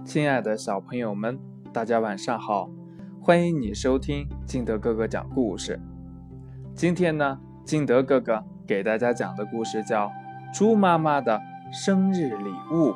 亲爱的小朋友们，大家晚上好，欢迎你收听金德哥哥讲故事。今天呢，金德哥哥给大家讲的故事叫猪妈妈的生日礼物。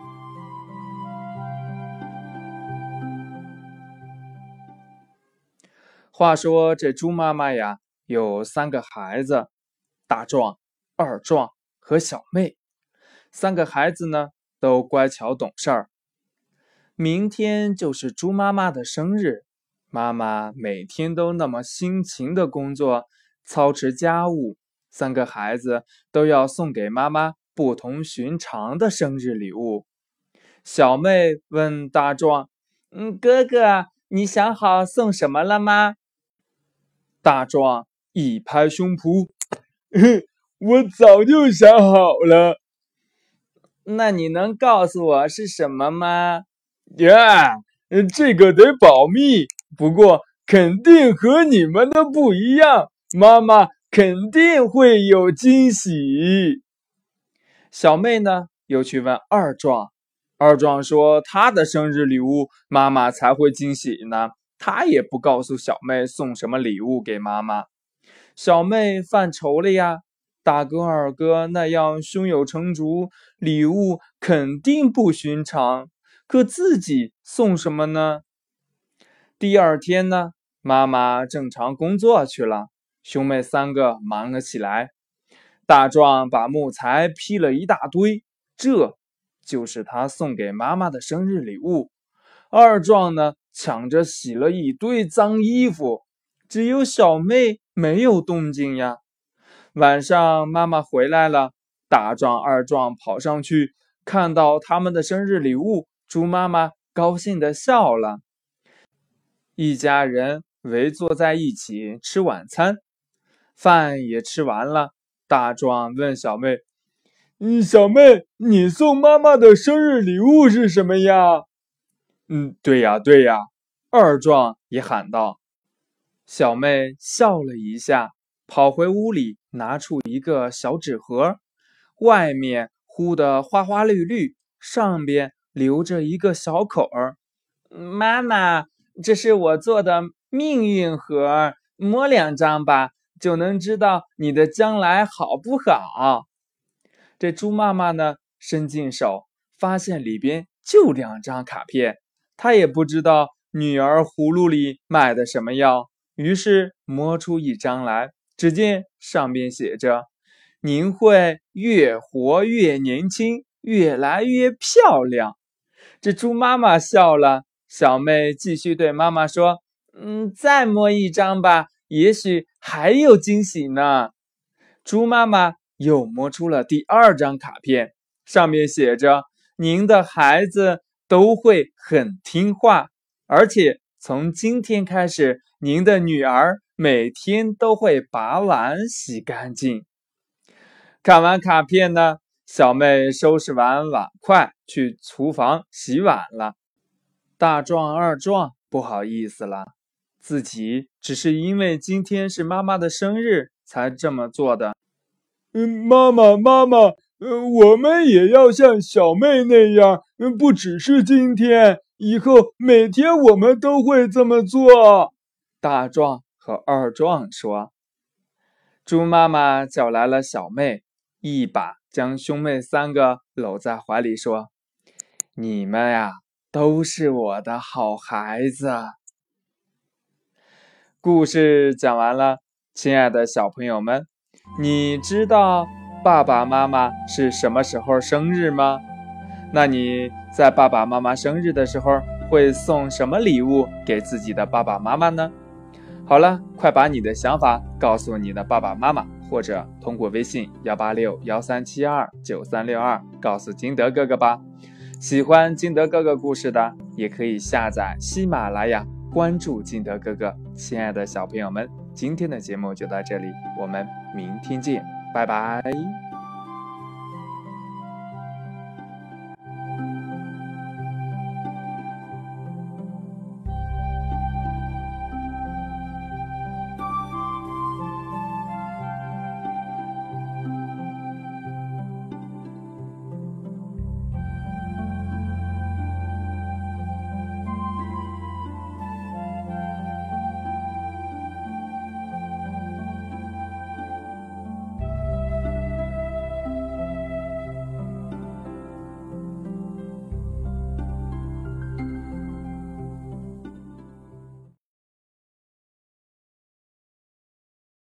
话说这猪妈妈呀，有3个孩子，大壮、二壮和小妹。3个孩子呢，都乖巧懂事儿。明天就是猪妈妈的生日，妈妈每天都那么辛勤的工作，操持家务，3个孩子都要送给妈妈不同寻常的生日礼物。小妹问大壮：哥哥，你想好送什么了吗？大壮一拍胸脯：我早就想好了。那你能告诉我是什么吗？这个得保密，不过肯定和你们的不一样，妈妈肯定会有惊喜。小妹呢，又去问二壮，二壮说他的生日礼物妈妈才会惊喜呢，他也不告诉小妹送什么礼物给妈妈。小妹犯愁了呀，大哥二哥那样胸有成竹，礼物肯定不寻常，可自己送什么呢？第二天呢，妈妈正常工作去了，兄妹3个忙了起来。大壮把木材劈了一大堆，这就是他送给妈妈的生日礼物。二壮呢，抢着洗了一堆脏衣服，只有小妹没有动静呀。晚上妈妈回来了，大壮二壮跑上去，看到他们的生日礼物，猪妈妈高兴地笑了。一家人围坐在一起吃晚餐，饭也吃完了。大壮问小妹：小妹，你送妈妈的生日礼物是什么呀？对呀，二壮也喊道。小妹笑了一下，跑回屋里拿出一个小纸盒，外面糊得花花绿绿，上边留着一个小口儿。妈妈，这是我做的命运盒，摸2张吧，就能知道你的将来好不好。这猪妈妈呢，伸进手，发现里边就2张卡片，她也不知道女儿葫芦里卖的什么药，于是摸出1张来，只见上面写着：您会越活越年轻，越来越漂亮。这猪妈妈笑了，小妹继续对妈妈说：再摸1张吧，也许还有惊喜呢。猪妈妈又摸出了第2张卡片，上面写着：您的孩子都会很听话，而且从今天开始，您的女儿每天都会把碗洗干净。看完卡片呢，小妹收拾完碗筷去厨房洗碗了。大壮二壮不好意思了，自己只是因为今天是妈妈的生日才这么做的。妈妈，我们也要像小妹那样，不只是今天，以后每天我们都会这么做。大壮和二壮说。猪妈妈叫来了小妹，一把将兄妹3个搂在怀里说：你们呀，都是我的好孩子。故事讲完了，亲爱的小朋友们，你知道爸爸妈妈是什么时候生日吗？那你在爸爸妈妈生日的时候会送什么礼物给自己的爸爸妈妈呢？好了，快把你的想法告诉你的爸爸妈妈，或者通过微信18613729362告诉金德哥哥吧。喜欢金德哥哥故事的，也可以下载喜马拉雅，关注金德哥哥。亲爱的小朋友们，今天的节目就到这里，我们明天见，拜拜。